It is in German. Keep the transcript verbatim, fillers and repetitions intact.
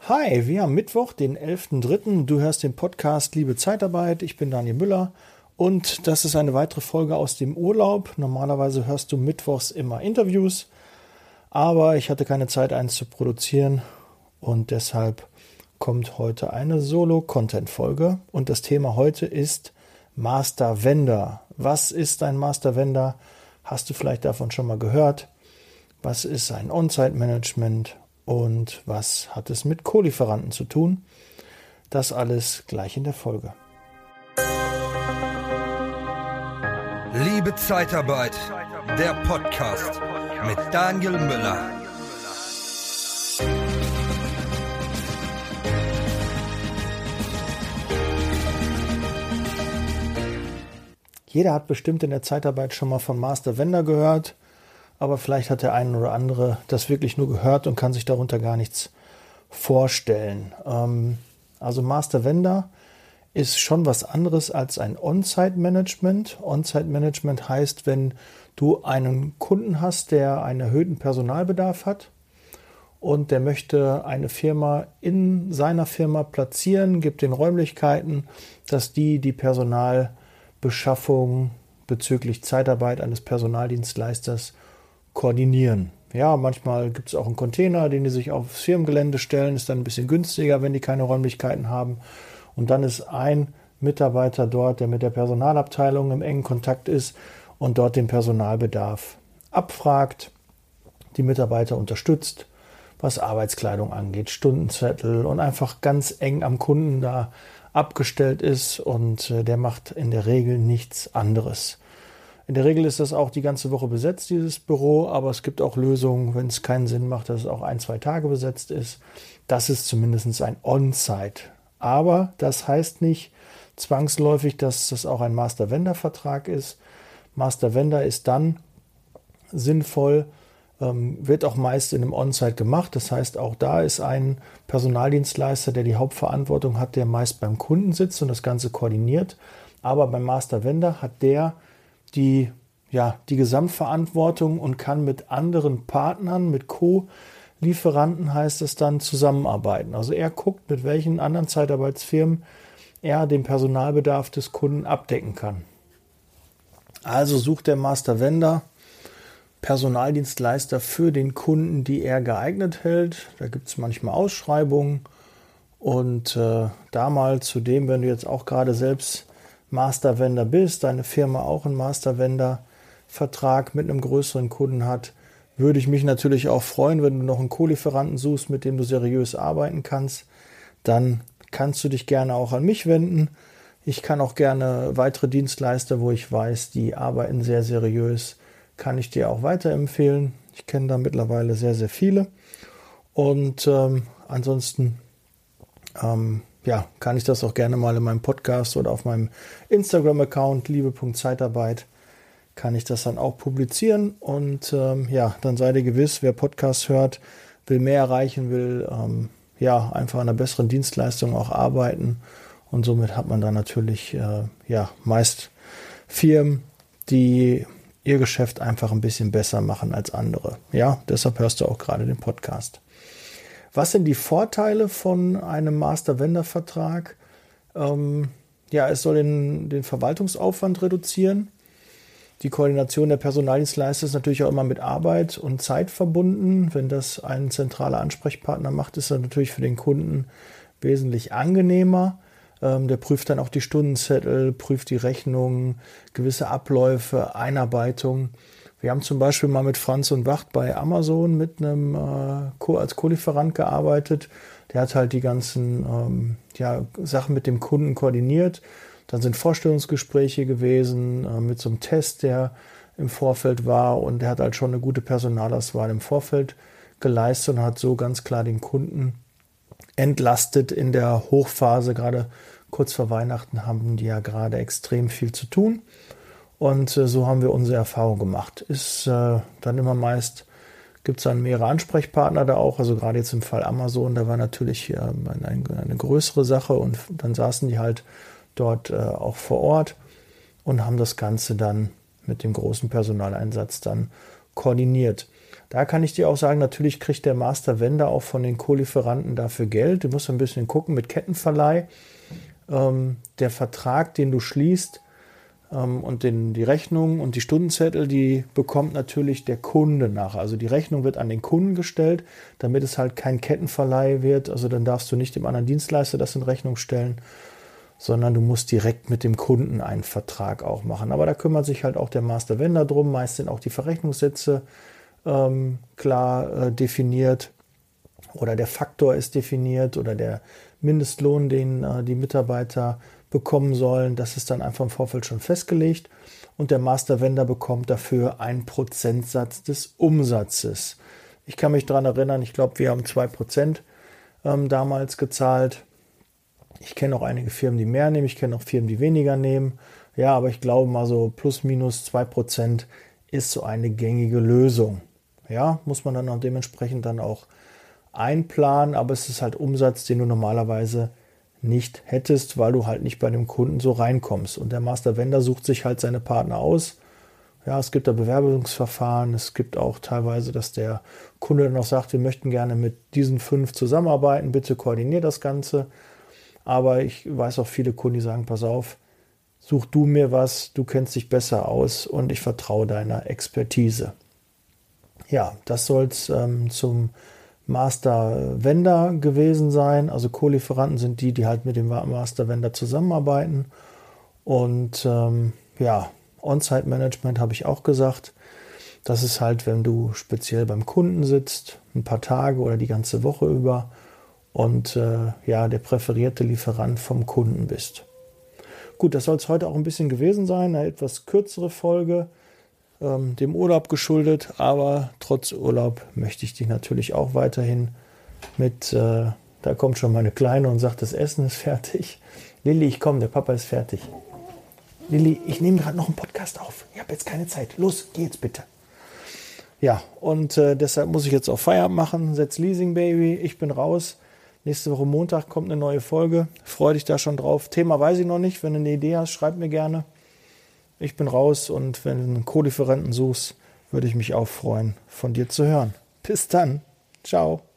Hi, wir haben Mittwoch, den elften dritten Du hörst den Podcast Liebe Zeitarbeit. Ich bin Daniel Müller und das ist eine weitere Folge aus dem Urlaub. Normalerweise hörst du mittwochs immer Interviews, aber ich hatte keine Zeit, eins zu produzieren und deshalb kommt heute eine Solo-Content-Folge. Und das Thema heute ist Master Vendor. Was ist ein Master Vendor? Hast du vielleicht davon schon mal gehört? Was ist ein On-Site-Management? Und was hat es mit Co-Lieferanten zu tun? Das alles gleich in der Folge. Liebe Zeitarbeit, der Podcast mit Daniel Müller. Jeder hat bestimmt in der Zeitarbeit schon mal von Master Vendor gehört, aber vielleicht hat der eine oder andere das wirklich nur gehört und kann sich darunter gar nichts vorstellen. Ähm, also Master Vendor ist schon was anderes als ein On-Site-Management. On-Site-Management heißt, wenn du einen Kunden hast, der einen erhöhten Personalbedarf hat und der möchte eine Firma in seiner Firma platzieren, gibt den Räumlichkeiten, dass die die Personalbeschaffung bezüglich Zeitarbeit eines Personaldienstleisters koordinieren. Ja, manchmal gibt es auch einen Container, den die sich aufs Firmengelände stellen, ist dann ein bisschen günstiger, wenn die keine Räumlichkeiten haben. Und dann ist ein Mitarbeiter dort, der mit der Personalabteilung im engen Kontakt ist und dort den Personalbedarf abfragt, die Mitarbeiter unterstützt, was Arbeitskleidung angeht, Stundenzettel und einfach ganz eng am Kunden da abgestellt ist und der macht in der Regel nichts anderes. In der Regel ist das auch die ganze Woche besetzt, dieses Büro, aber es gibt auch Lösungen, wenn es keinen Sinn macht, dass es auch ein, zwei Tage besetzt ist. Das ist zumindest ein On-Site. Aber das heißt nicht zwangsläufig, dass das auch ein Master-Vendor-Vertrag ist. Master-Vendor ist dann sinnvoll, ähm, wird auch meist in einem On-Site gemacht. Das heißt, auch da ist ein Personaldienstleister, der die Hauptverantwortung hat, der meist beim Kunden sitzt und das Ganze koordiniert. Aber beim Master-Vendor hat der die, ja, die Gesamtverantwortung und kann mit anderen Partnern, mit Co-Lieferanten heißt es dann, zusammenarbeiten. Also er guckt, mit welchen anderen Zeitarbeitsfirmen er den Personalbedarf des Kunden abdecken kann. Also sucht der Master Vendor Personaldienstleister für den Kunden, die er geeignet hält. Da gibt es manchmal Ausschreibungen und äh, da mal zudem, wenn du jetzt auch gerade selbst Master Vendor bist, deine Firma auch einen Master Vendor Vertrag mit einem größeren Kunden hat, würde ich mich natürlich auch freuen, wenn du noch einen Co-Lieferanten suchst, mit dem du seriös arbeiten kannst. Dann kannst du dich gerne auch an mich wenden. Ich kann auch gerne weitere Dienstleister, wo ich weiß, die arbeiten sehr seriös, kann ich dir auch weiterempfehlen. Ich kenne da mittlerweile sehr, sehr viele. Und ähm, ansonsten ähm, ja, kann ich das auch gerne mal in meinem Podcast oder auf meinem Instagram-Account liebe Punkt Zeitarbeit kann ich das dann auch publizieren. Und ähm, ja, dann sei dir gewiss, wer Podcast hört, will mehr erreichen, will ähm, ja einfach an einer besseren Dienstleistung auch arbeiten. Und somit hat man dann natürlich äh, ja meist Firmen, die ihr Geschäft einfach ein bisschen besser machen als andere. Ja, deshalb hörst du auch gerade den Podcast. Was sind die Vorteile von einem Master-Vendor-Vertrag? Ähm, ja, es soll den, den Verwaltungsaufwand reduzieren. Die Koordination der Personaldienstleister ist natürlich auch immer mit Arbeit und Zeit verbunden. Wenn das ein zentraler Ansprechpartner macht, ist das natürlich für den Kunden wesentlich angenehmer. Ähm, der prüft dann auch die Stundenzettel, prüft die Rechnungen, gewisse Abläufe, Einarbeitung. Wir haben zum Beispiel mal mit Franz und Wacht bei Amazon mit einem äh, Co- als Co-Lieferant gearbeitet. Der hat halt die ganzen ähm, ja, Sachen mit dem Kunden koordiniert. Dann sind Vorstellungsgespräche gewesen äh, mit so einem Test, der im Vorfeld war. Und der hat halt schon eine gute Personalauswahl im Vorfeld geleistet und hat so ganz klar den Kunden entlastet in der Hochphase. Gerade kurz vor Weihnachten haben die ja gerade extrem viel zu tun. Und äh, so haben wir unsere Erfahrung gemacht. Ist äh, dann immer meist, gibt es dann mehrere Ansprechpartner da auch, also gerade jetzt im Fall Amazon, da war natürlich äh, eine, eine größere Sache und dann saßen die halt dort äh, auch vor Ort und haben das Ganze dann mit dem großen Personaleinsatz dann koordiniert. Da kann ich dir auch sagen, natürlich kriegt der Master Vendor auch von den Co-Lieferanten dafür Geld. Du musst ein bisschen gucken mit Kettenverleih. Ähm, der Vertrag, den du schließt ähm, und den, die Rechnung und die Stundenzettel, die bekommt natürlich der Kunde nach. Also die Rechnung wird an den Kunden gestellt, damit es halt kein Kettenverleih wird. Also dann darfst du nicht dem anderen Dienstleister das in Rechnung stellen, sondern du musst direkt mit dem Kunden einen Vertrag auch machen. Aber da kümmert sich halt auch der Master Vendor drum. Meist sind auch die Verrechnungssätze ähm, klar äh, definiert oder der Faktor ist definiert oder der Mindestlohn, den äh, die Mitarbeiter bekommen sollen. Das ist dann einfach im Vorfeld schon festgelegt und der Master Vendor bekommt dafür einen Prozentsatz des Umsatzes. Ich kann mich daran erinnern, ich glaube, wir haben zwei Prozent ähm, damals gezahlt. Ich kenne auch einige Firmen, die mehr nehmen. Ich kenne auch Firmen, die weniger nehmen. Ja, aber ich glaube mal so plus minus zwei Prozent ist so eine gängige Lösung. Ja, muss man dann auch dementsprechend dann auch einplanen, aber es ist halt Umsatz, den du normalerweise nicht hättest, weil du halt nicht bei dem Kunden so reinkommst. Und der Master Vendor sucht sich halt seine Partner aus. Ja, es gibt da Bewerbungsverfahren. Es gibt auch teilweise, dass der Kunde dann auch sagt, wir möchten gerne mit diesen fünf zusammenarbeiten. Bitte koordinier das Ganze. Aber ich weiß auch viele Kunden, die sagen, pass auf, such du mir was, du kennst dich besser aus und ich vertraue deiner Expertise. Ja, das soll es ähm, zum Master Vendor gewesen sein. Also Co-Lieferanten sind die, die halt mit dem Master Vendor zusammenarbeiten. Und ähm, ja, On-Site Management habe ich auch gesagt. Das ist halt, wenn du speziell beim Kunden sitzt, ein paar Tage oder die ganze Woche über und äh, ja, der präferierte Lieferant vom Kunden bist. Gut, das soll es heute auch ein bisschen gewesen sein. Eine etwas kürzere Folge, ähm, dem Urlaub geschuldet, aber trotz Urlaub möchte ich dich natürlich auch weiterhin mit, äh, da kommt schon meine Kleine und sagt, das Essen ist fertig. Lilli, ich komme, der Papa ist fertig. Lilli, ich nehme gerade noch einen Podcast auf. Ich habe jetzt keine Zeit. Los, geh jetzt bitte. Ja, und äh, deshalb muss ich jetzt auch Feierabend machen. Setz Leasing Baby, ich bin raus. Nächste Woche Montag kommt eine neue Folge. Freue dich da schon drauf. Thema weiß ich noch nicht. Wenn du eine Idee hast, schreib mir gerne. Ich bin raus und wenn du einen Co-Lieferanten suchst, würde ich mich auch freuen, von dir zu hören. Bis dann. Ciao.